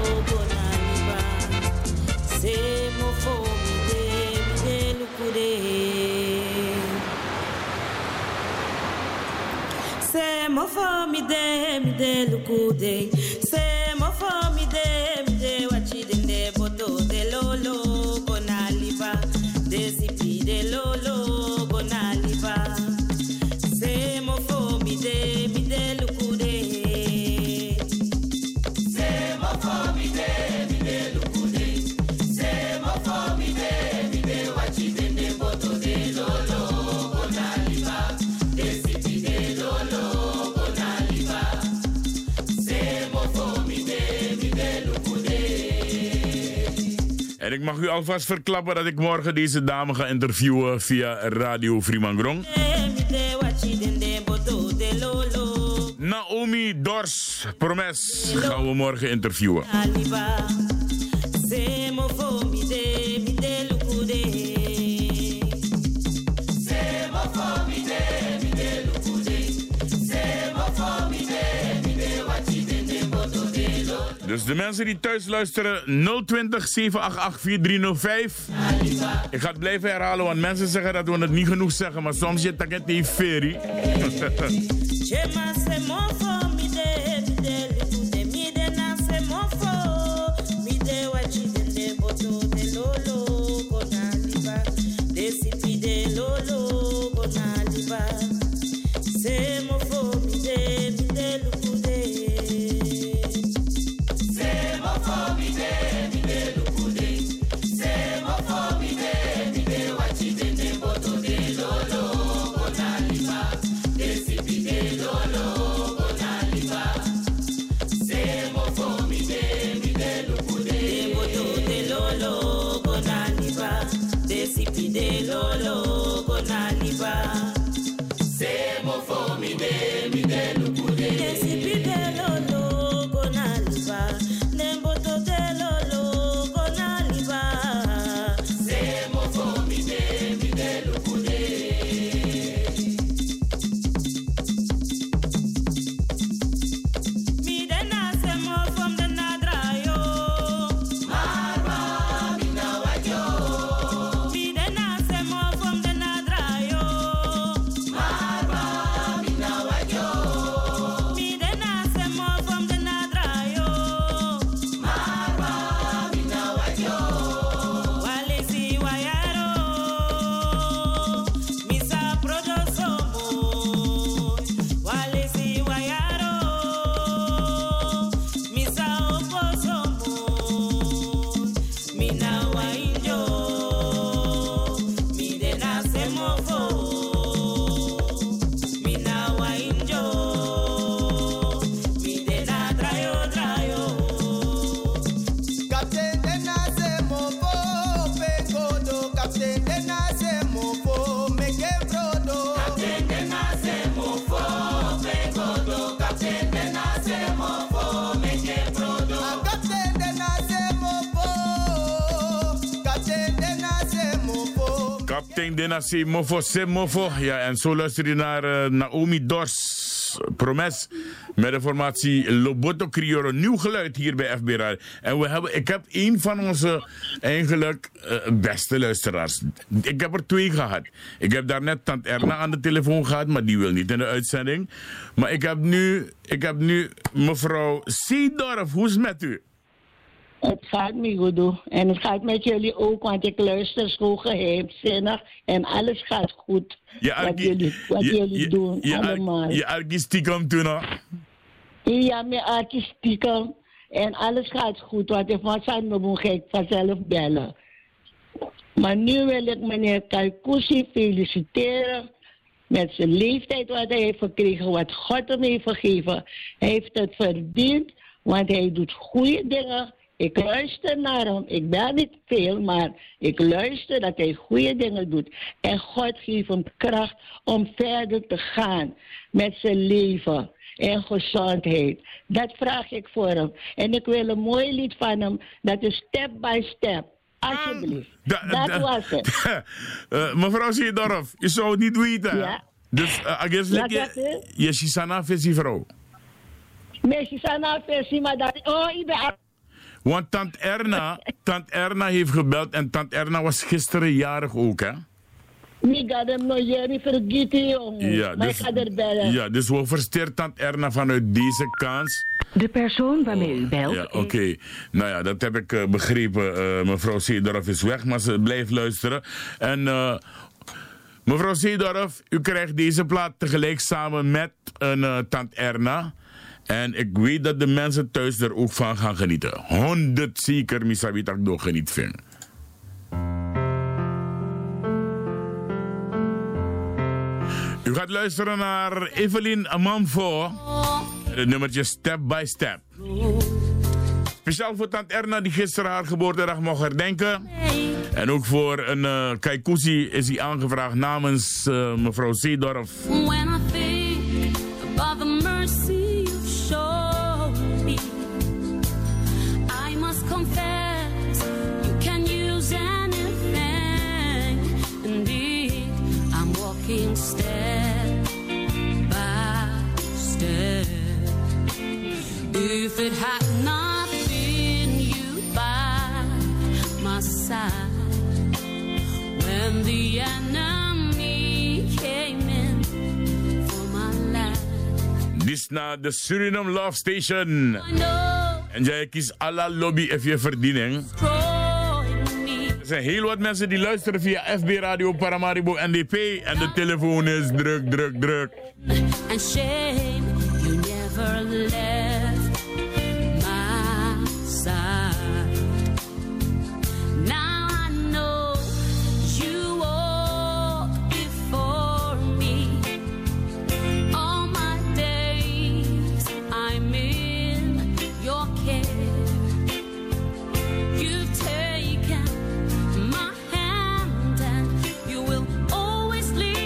Semo for mi de mi de lukude. Semo for mi de mi de wachi de boto de lolo bonaliba. De sipi de lolo bonaliba. Semo for mi de mi de lukude. Semo for mi de mi de lukude. Semo for mi de mi de wachi de boto de lolo bonaliba. De sipi de lolo. En ik mag u alvast verklappen dat ik morgen deze dame ga interviewen via Radio Fremangrom. Naomi Dors Promes gaan we morgen interviewen. Dus de mensen die thuis luisteren, nul twintig, zeven acht acht, vier drie nul vijf. Ik ga het blijven herhalen, want mensen zeggen dat we het niet genoeg zeggen, maar soms je het niet in ferie. liba. Semo for mi de, mi de lukude. Desipi de lolo kona liba. Nemboto de lolo kona liba. Semo for mi de, mi de lukude. Mi de na semo from the nadrayo. Marwa mi na wajo. Mi de na semo from the nadrayo. Marwa mi na wajo. Mi de na semo from the nadrayo. Marwa mi na wajo. Walesi wayaro. Misa prodosomo. Walesi wayaro. Misa oposomo. Mina wainjo. Mi de na semofo. Mina wainjo. Mi de na trayo trayo. Captain Denase Mofo, Pegodo, Captain Denase Mofo, Meke Brodo. Captain Denase Mofo, Pegodo, Captain Denase Mofo, Meke Brodo. Captain Denase Mofo, Captain Denase Mofo. Kaptein Denasi Mofo Semofo. Ja, en zo luister je naar uh, Naomi Dors Promes met de formatie Loboto Crioro. Nieuw geluid hier bij F B Radio. En we hebben, ik heb een van onze eigenlijk uh, beste luisteraars. Ik heb er twee gehad. Ik heb daarnet Tante Erna aan de telefoon gehad, maar die wil niet in de uitzending. Maar ik heb nu, ik heb nu mevrouw Seedorf. Hoe is het met u? Het gaat me goed doen. En het gaat met jullie ook, want ik luister zo geheimzinnig en alles gaat goed. Je wat argi- jullie, wat je- jullie je- doen, je ar- allemaal. Je argistiekem toen nog. Ja, mijn artistieken. En alles gaat goed, want ik van Sandoboen ga ik vanzelf bellen. Maar nu wil ik meneer Kalkusi feliciteren met zijn leeftijd wat hij heeft gekregen, wat God hem heeft gegeven. Hij heeft het verdiend, want hij doet goede dingen. Ik luister naar hem. Ik ben niet veel, maar ik luister dat hij goede dingen doet. En God geeft hem kracht om verder te gaan met zijn leven en gezondheid. Dat vraag ik voor hem. En ik wil een mooi lied van hem. Dat is Step by Step. Alsjeblieft. Da- dat da- was het. Uh, mevrouw Seedorf, je zou het niet weten. Ja. Dus, uh, I guess, Wat like, dat je, is? je Shisana visie vrouw. Mensen zijn al versie, maar dat... Oh, ik ben... Want Tante Erna, Tante Erna heeft gebeld en Tante Erna was gisteren jarig ook, hè? Ik ga hem nog niet vergeten, jongen. Ja, maar dus, ik ga er bellen. ja, dus we versterken Tante Erna vanuit deze kans. De persoon waarmee u belt... Ja, oké. Okay. Nou ja, dat heb ik uh, begrepen. Uh, mevrouw Seedorf is weg, maar ze blijft luisteren. En uh, mevrouw Seedorf, u krijgt deze plaat tegelijk samen met een uh, Tante Erna. En ik weet dat de mensen thuis er ook van gaan genieten. Honderd zeker, misabit ik door geniet vind. U gaat luisteren naar Evelyn Amanfo. Het nummertje Step by Step. Speciaal voor Tante Erna die gisteren haar geboortedag mocht herdenken. En ook voor een uh, Kaikousi is hij aangevraagd namens uh, mevrouw Seedorf. When I think about the mercy you've shown me, I must confess you can use anything. Indeed, I'm walking step by step. If it had not been you by my side, when the enemy came in for my life, Dit na de Suriname Love Station. En jij kiest à la lobby if je verdiening. Er zijn heel wat mensen die luisteren via F B Radio Paramaribo N D P. En de telefoon is druk, druk, druk. and shame you never left my side. Now I know you walk before me. All my days I'm in your care. You've taken my hand and you will always lead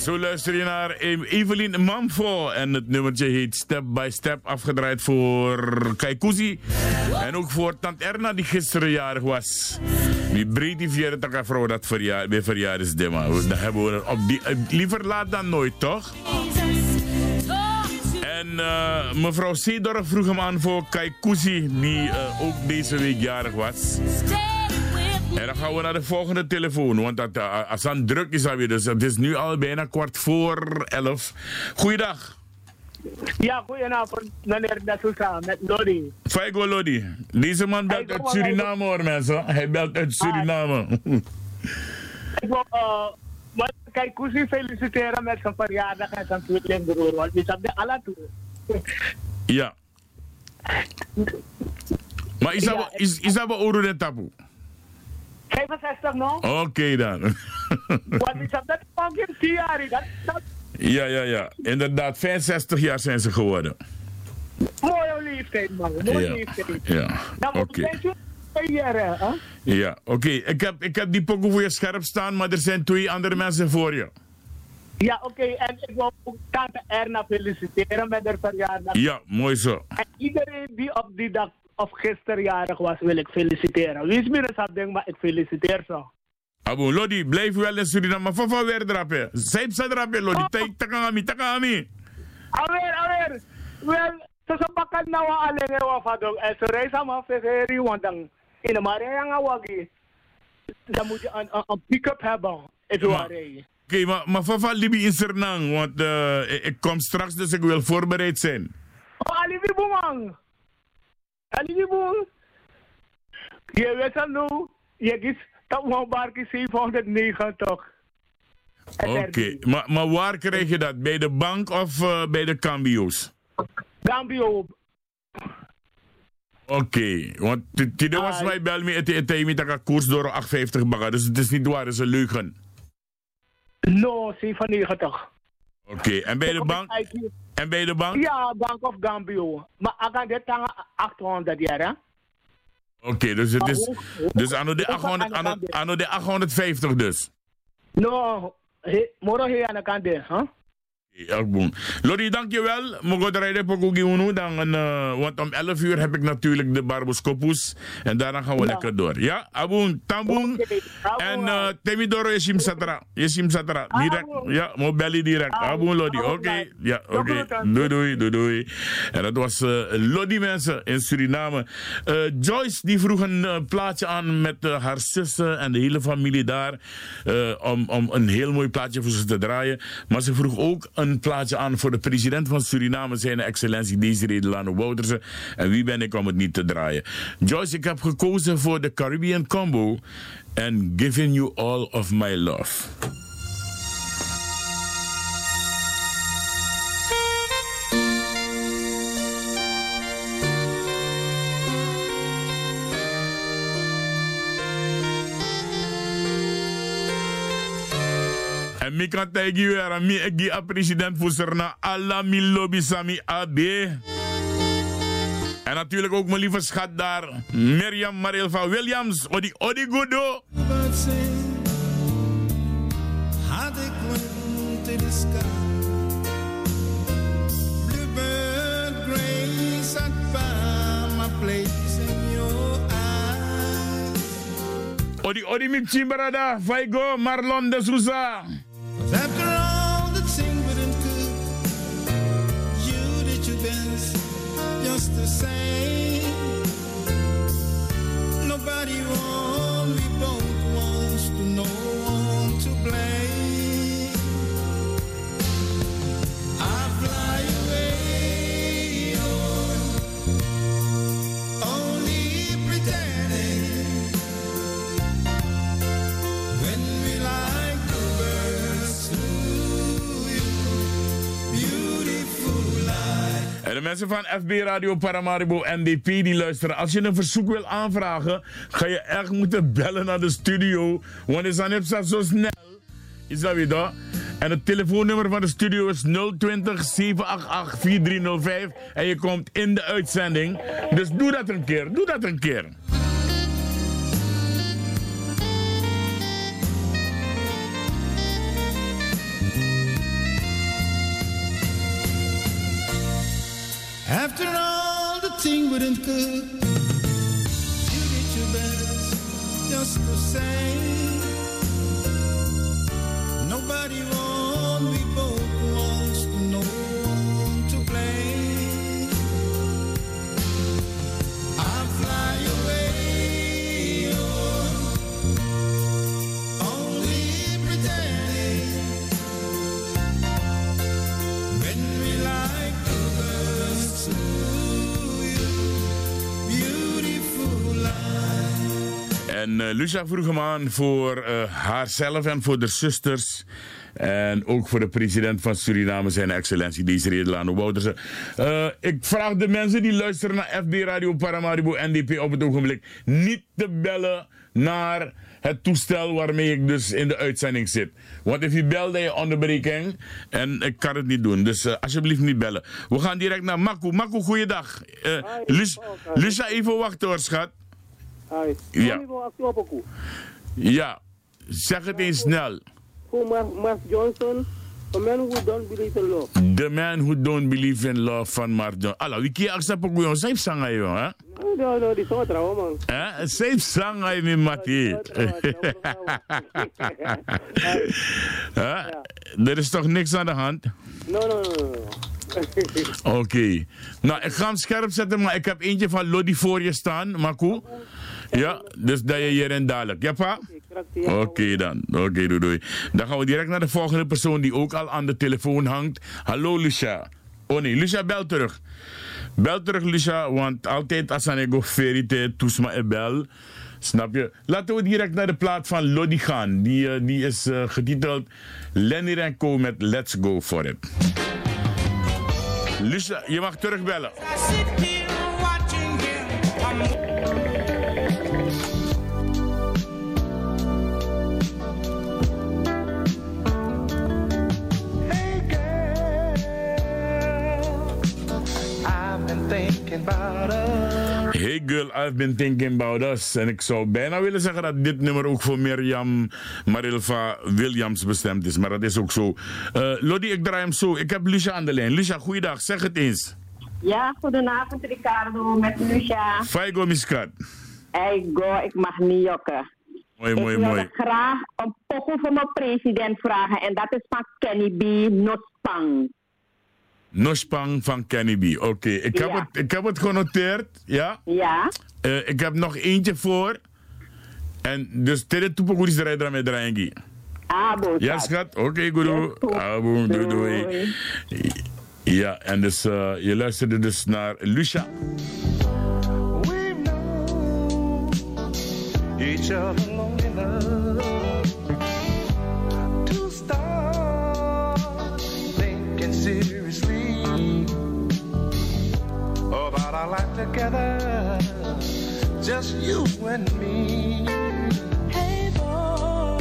zo luister je naar Evelien Mamfo. En het nummertje heet Step by Step. Afgedraaid voor Kaikousi. En ook voor Tant Erna die gisteren jarig was. Die breed die vierde taka vrouw dat verjaar, bij verjaar is Dema. Dan hebben we op die, liever laat dan nooit, toch? En uh, mevrouw Seedorf vroeg hem aan voor Kaikousi. Die uh, ook deze week jarig was. En dan gaan we naar de volgende telefoon. Want dat, uh, als het druk is alweer. Dus het is nu al bijna kwart voor elf. Goeiedag. Ja, goedenavond, meneer D'Souza, met Lodi. Faigo Lodi. Deze man belt uit Suriname hoor mensen. Hij belt uit Suriname. Ik wil uh, Kaikousi feliciteren met zijn verjaardag en zijn tweelingbroer. Want die zat de alle toe. Ja. Maar is dat is, is dat Oru de Tapu? vijfenzestig nog? Oké okay, dan. Want die zat dat van geen tien jaar. Dat, Ja, ja, ja. Inderdaad, vijfenzestig jaar zijn ze geworden. Mooie leeftijd, man. Mooie ja. leeftijd. Ja, oké. Okay. Ja, oké. Okay. Ik, heb, ik heb die pokoe voor je scherp staan, maar er zijn twee andere mensen voor je. Ja, oké. Okay. En ik wil ook tante Erna feliciteren met haar verjaardag. Ja, mooi zo. En iedereen die op die dag of gisteren jarig was, wil ik feliciteren. Wie is meer een ding, maar ik feliciteer ze. Abu, Lodi, blijf wel in Suriname. Maar van weer drapen. Zijp ze drapen, Lodi. Take takami, takami. Alweer, alweer. Wel, ze pakken nou alleen wat van doen. En ze reizen maar vergeren, want dan in de Maria wagi. Dan moet je een, een, een pick-up hebben. Oké, okay, maar, maar van Libi in Suriname, want uh, ik, ik kom straks, dus ik wil voorbereid zijn. Oh, Alibi Boemang. Alibi Boem. Je weet al nu, je kiest. Dat was barkie zevenhonderdnegen toch? Oké, okay. maar, maar waar krijg je dat? Bij de bank of uh, bij de Cambio's? Cambio. Oké, okay. want die was mij bel me het het met een koers door acht vijftig bakken, dus het is niet waar, het is een leugen. No, zevenennegentig. Oké, okay. en bij de bank? En bij de bank? Ja, bank of Gambio. Maar ik kan dit aan achthonderd jaar, hè? Oké, okay, dus het is. Dus aan de achthonderd, aan de achthonderdvijftig dus. No, morgen hier aan de kant, hè? Ja, boem. Lodi, dankjewel. Mogo rijden Pokogiunu. Dan, uh, want om elf uur heb ik natuurlijk de Barboscopus. En daarna gaan we ja. lekker door. Ja, Aboen, Tamboen. Okay. En uh, Temidoro Yeshim Satra. Yeshim Satra. Direct. Ja, Mobelli direct. Aboen Lodi. Oké. Okay. Ja, oké. Okay. Doei, doei, doei, doei. En dat was uh, Lodi mensen in Suriname. Uh, Joyce die vroeg een uh, plaatje aan met uh, haar zussen en de hele familie daar. Uh, om, om een heel mooi plaatje voor ze te draaien. Maar ze vroeg ook een plaatje aan voor de president van Suriname, zijn excellentie Desiree Delano Bouterse. En wie ben ik om het niet te draaien? Joyce, ik heb gekozen voor de Caribbean Combo en Giving You All of My Love. En mi kan tegen je weer, mi ik die president voor Serna, alla mi lobby sami abe. En natuurlijk ook mijn lieve schat daar, Mirjam Marilva Williams, odi odi godo. Had ik went to the sky, bluebird grace at my place in your eyes. Odi odi mi chimbarada, Faigo Marlon de Souza. After all the things we done could, you did your best just the same. Nobody wants, we both wants to no one to blame. I fly away, oh, only pretending when we like the birds to you, beautiful life. En de mensen van F B Radio Paramaribo N D P die luisteren. Als je een verzoek wil aanvragen, ga je echt moeten bellen naar de studio. Want is dan even zo snel. Is dat weer dat? En het telefoonnummer van de studio is nul twintig, zeven acht acht, vier drie nul vijf. En je komt in de uitzending. Dus doe dat een keer. Doe dat een keer. After all the thing we didn't cook, you did your best just to say nobody won, we both lost, no one to blame. I fly away, oh, only pretending when we like the birds to you, beautiful life. En uh, Lucia vroeg hem aan voor uh, haarzelf en voor de zusters. En ook voor de president van Suriname, zijn excellentie Desiree Delano Bouterse. Uh, ik vraag de mensen die luisteren naar F B Radio Paramaribo N D P op het ogenblik niet te bellen naar het toestel waarmee ik dus in de uitzending zit. Want als je belt, dan je onderbreking en ik kan het niet doen. Dus uh, alsjeblieft niet bellen. We gaan direct naar Maku. Maku, goeiedag. Uh, Lus, Lucia, even wachten hoor, schat. Ja. Ja, zeg het eens snel. Marv Johnson, a man who don't believe in love. The man who don't believe in love van Marv Johnson. Alla, wie kie aksa po kuyon safe sanga yo, ha? No, no, die song trouwen man. Eh, safe sanga yo mi mati. Er is toch niks aan de hand? No, no, no, no. Oké. Okay. Nou, ik ga hem scherp zetten, maar ik heb eentje van Lodi voor je staan, Maku. Ja, dus dat je hier en dadelijk. Ja, pa? Oké okay, dan. Oké, okay, doei, doei. Dan gaan we direct naar de volgende persoon die ook al aan de telefoon hangt. Hallo, Lucia. Oh nee, Lucia, bel terug. Bel terug, Lucia, want altijd als ik go verite, toesma e bel. Snap je? Laten we direct naar de plaat van Lodi gaan. Die, uh, die is uh, getiteld Lenny en Co met Let's Go For It. Lucia, je mag terugbellen. Hey girl, I've been thinking about us. En ik zou bijna willen zeggen dat dit nummer ook voor Mirjam Marilva Williams bestemd is. Maar dat is ook zo. Uh, Lodi, ik draai hem zo. Ik heb Lucia aan de lijn. Lucia, goeiedag. Zeg het eens. Ja, goedenavond Ricardo, met Lucia. Faigo, miskat. Hey go, ik mag niet jokken. Mooi, mooi, mooi. Ik wil graag een pokoe voor mijn president vragen. En dat is van Kenny B. Nospang. Nospang van Kenny B. Oké, okay. ik, ja. ik heb het genoteerd. Ja? Ja. Uh, ik heb nog eentje voor. En dus tere toepokoe is eruit daarmee draaien. Abo. Ja, schat. Oké, okay, goed. Abo, doei, doei. Ja, en dus uh, je luisterde dus naar Lucia. We know each other long enough to start thinking seriously about our life together, just you and me. Hey boy,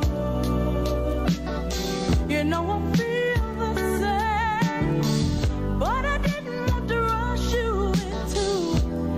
you know I feel the same, but I didn't want to rush you into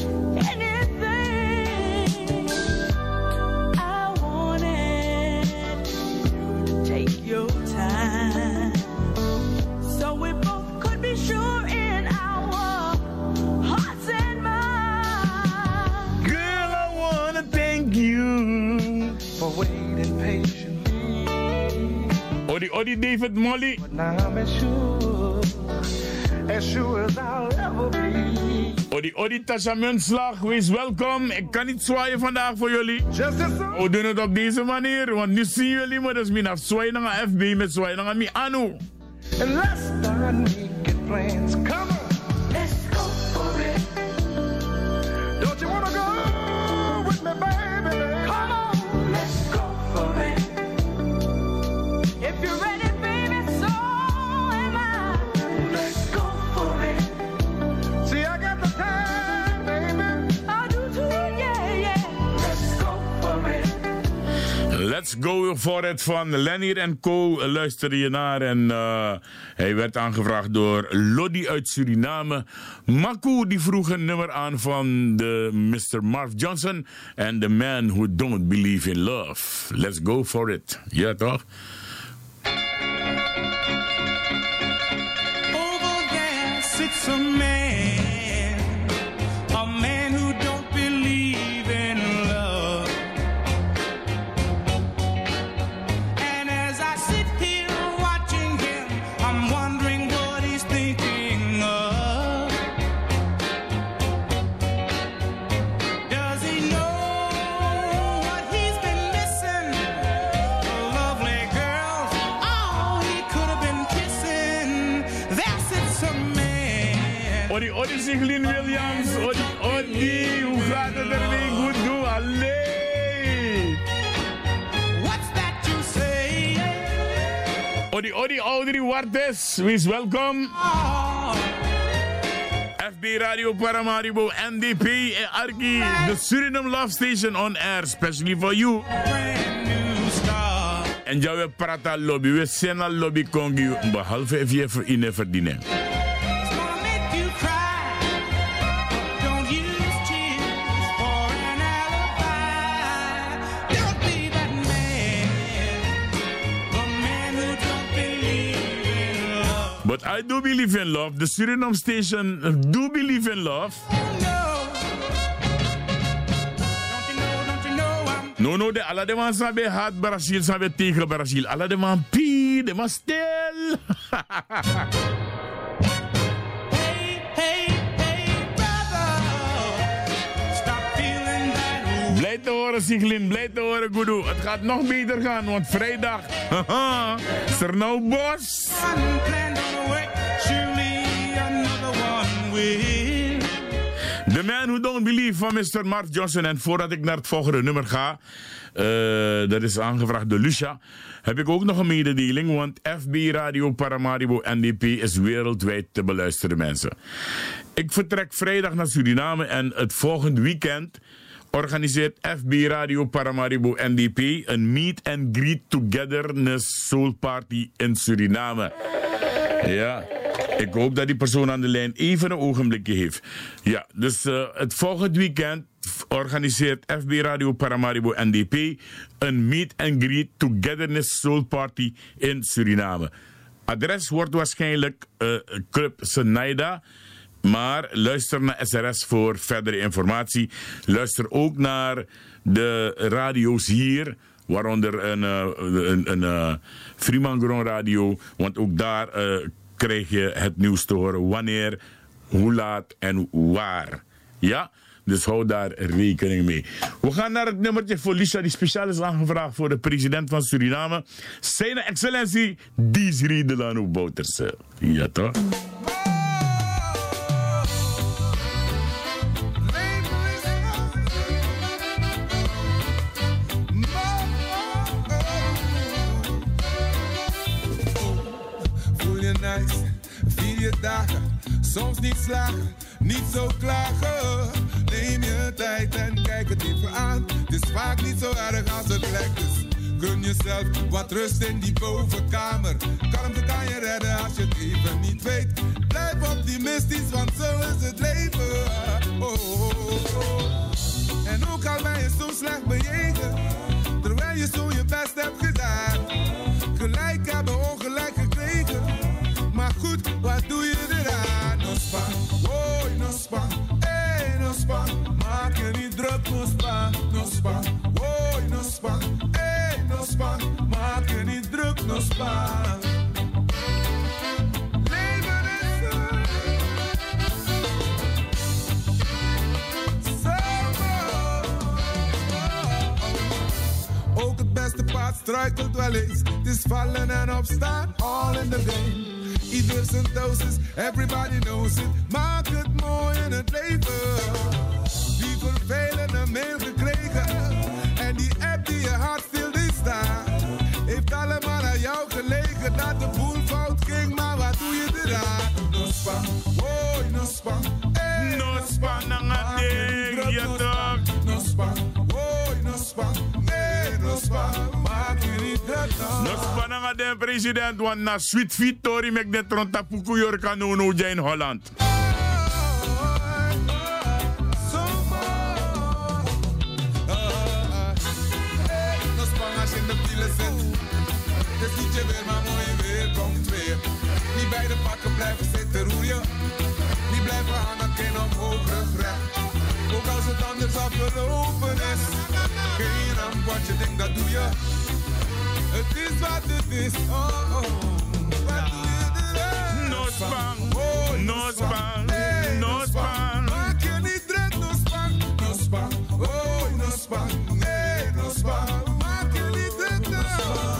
anything. I wanted to take your time, so we both could be sure in our hearts and minds. Girl, I wanna thank you for waiting patiently. Odi, Odi, David Molly. But now I'm as sure, as sure as I'll ever be. Odi, Odi, Tasha Munslag, wees welkom. Ik kan niet zwaaien vandaag voor jullie. We doen het op deze manier, want nu zien jullie me, dus mijn zwaaien naar F B met zwaaien naar mi Anu. And let's start making plans. Come on. Let's go for it. Don't you wanna go with me, baby? Come on, let's go for it. If you're ready, baby, so am I. Let's go for it. See, I got the time, baby. I do too, yeah, yeah. Let's go for it. Let's go for it van Lenny en Co. Luister je naar. En uh, hij werd aangevraagd door Lodi uit Suriname. Maku die vroeg een nummer aan van de mister Marv Johnson. En The Man Who Don't Believe in Love. Let's go for it. Ja, toch? Over there sits a man. Odi, Odi Siglin Williams. Odi, Odi, hoe gaat het ermee? Goed doen, alleen. What's that you say? Odi, Odi, Audrey Wartes, wees welkom. F B Radio Paramaribo, N D P, en Arki, the Suriname Love Station on air, especially for you. En jou we prata lobby, we zijn al lobby kongi, behalve if je in een verdienen. But I do believe in love. The Suriname station do believe in love. No, no, de alle de man sabe haat Brazil, sabe tegen Brazil. Alle de man pie, de man stil. Blij te horen, Siglin, blij te horen, Goedoe. Het gaat nog beter gaan, want vrijdag is er nou bos. The Man Who Don't Believe van mister Mark Johnson. En voordat ik naar het volgende nummer ga, uh, dat is aangevraagd door Lucia, heb ik ook nog een mededeling, want F B Radio Paramaribo N D P is wereldwijd te beluisteren, mensen. Ik vertrek vrijdag naar Suriname en het volgende weekend organiseert F B Radio Paramaribo N D P een meet and greet togetherness soul party in Suriname. Ja, ik hoop dat die persoon aan de lijn even een ogenblikje heeft. Ja, dus uh, het volgende weekend organiseert F B Radio Paramaribo N D P een meet and greet togetherness soul party in Suriname. Adres wordt waarschijnlijk uh, Club Senaida. Maar luister naar S R S voor verdere informatie. Luister ook naar de radio's hier, waaronder een, uh, een, een uh, Fremangron radio. Want ook daar uh, krijg je het nieuws te horen wanneer, hoe laat en waar. Ja? Dus hou daar rekening mee. We gaan naar het nummertje voor Lisha, die speciaal is aangevraagd voor de president van Suriname. Zijn excellentie Desiree Delano Bouterse. Ja toch? Vier je dagen, soms niet slagen, niet zo klagen. Neem je tijd en kijk het even aan. Het is vaak niet zo erg als het lijkt. Dus gun jezelf wat rust in die bovenkamer. Kalmte kan je redden als je het even niet weet. Blijf optimistisch, want zo is het leven. Oh, oh, oh, oh. En ook al ben je soms slecht bejegen, terwijl je zo je best hebt gedaan. Gelijk hebben, ongelijk gekregen. Maar goed, wat doe je eraan? No spa, oh, no spa, hey, no spa. Maak je niet druk, no spa, no spa, oh, no spa, hey, no spa. Maak je niet druk, no spa. Leven is zo. Zomer. Ook het beste paard struikelt wel eens. Het is vallen en opstaan, all in the game. Ieder zijn dosis, everybody knows it. Maak het mooi in het leven. Die vervelende mail gekregen en die app die je hart stil die staat, heeft allemaal aan jou gelegen dat de boel fout ging. Maar wat doe je eraan? No spa, oh, no spa, hey, no spa, nanga ding, ja toch? No spa, oh, no spa, hey, no spa. Maak je niet druk. No spa, nanga ding, president, want na Sweet Victory mek net rond tapuku yorka no no in Holland. Dus niet je weer, maar mooi weer komt weer. Niet bij de pakken blijven zitten roeien. Niet blijven hangen, kin omhoog, rug recht. Ook als het anders afgelopen is. Geen ramp wat je denkt, dat doe je. Het is wat het is, oh oh. Wat doe je eraan? No spang, oh, no spang, hey, no spang. Maak je niet druk, no spang, no spang, oh, no spang, hey, no spang. Maak je niet druk, no spang.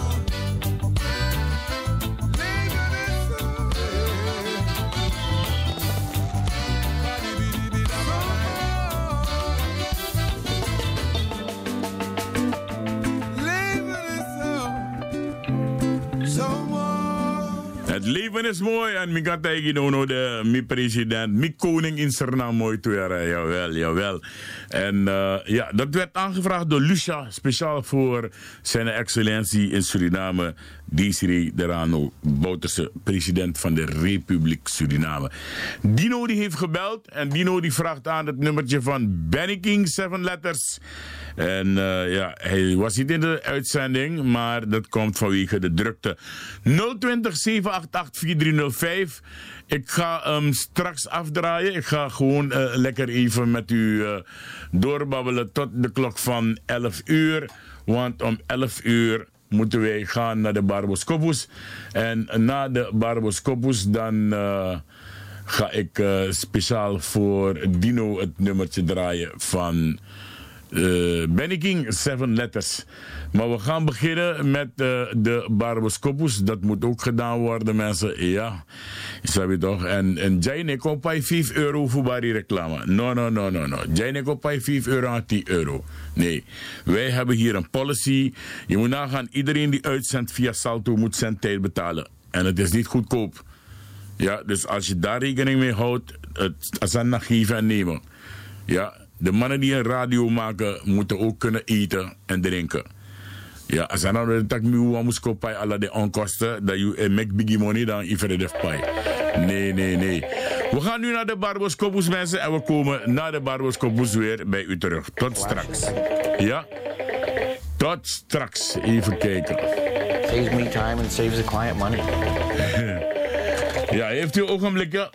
het leven is mooi en ik had eigenlijk de mijn president, mijn koning in Suriname mooi te werden. Jawel, jawel. En uh, ja, dat werd aangevraagd door Lucia, speciaal voor zijn excellentie in Suriname, Desiree Derano Bouterse, president van de Republiek Suriname. Dino die heeft gebeld en Dino die vraagt aan het nummertje van Benny King, Seven Letters. En uh, ja, hij was niet in de uitzending, maar dat komt vanwege de drukte. nul twintig, zeven acht acht, vier drie nul vijf. Ik ga hem um, straks afdraaien. Ik ga gewoon uh, lekker even met u uh, doorbabbelen tot de klok van elf uur. Want om elf uur moeten wij gaan naar de Barboscopus. En na de Barboscopus dan uh, ga ik uh, speciaal voor Dino het nummertje draaien van uh, Benny King, Seven Letters. Maar we gaan beginnen met uh, de Barboscopus. Dat moet ook gedaan worden, mensen. Ja, snap je toch? En, en jij ne komt bij vijf euro voor bari reclame. No, no, no, no, no. Jij ne komt bij vijf euro aan tien euro. Nee, wij hebben hier een policy. Je moet nagaan, iedereen die uitzendt via Salto moet zijn tijd betalen. En het is niet goedkoop. Ja, dus als je daar rekening mee houdt, het azan geven en nemen. Ja, de mannen die een radio maken, moeten ook kunnen eten en drinken. Ja, als je nou dat ik moet kopen alle de onkosten, dat je make big money dan even de pay. Nee, nee, nee. We gaan nu naar de Barboscopus, mensen, en we komen na de Barboscopus weer bij u terug. Tot straks. Ja? Tot straks. Even kijken. Saves me time and saves the client money. Ja, heeft u een ogenblikje?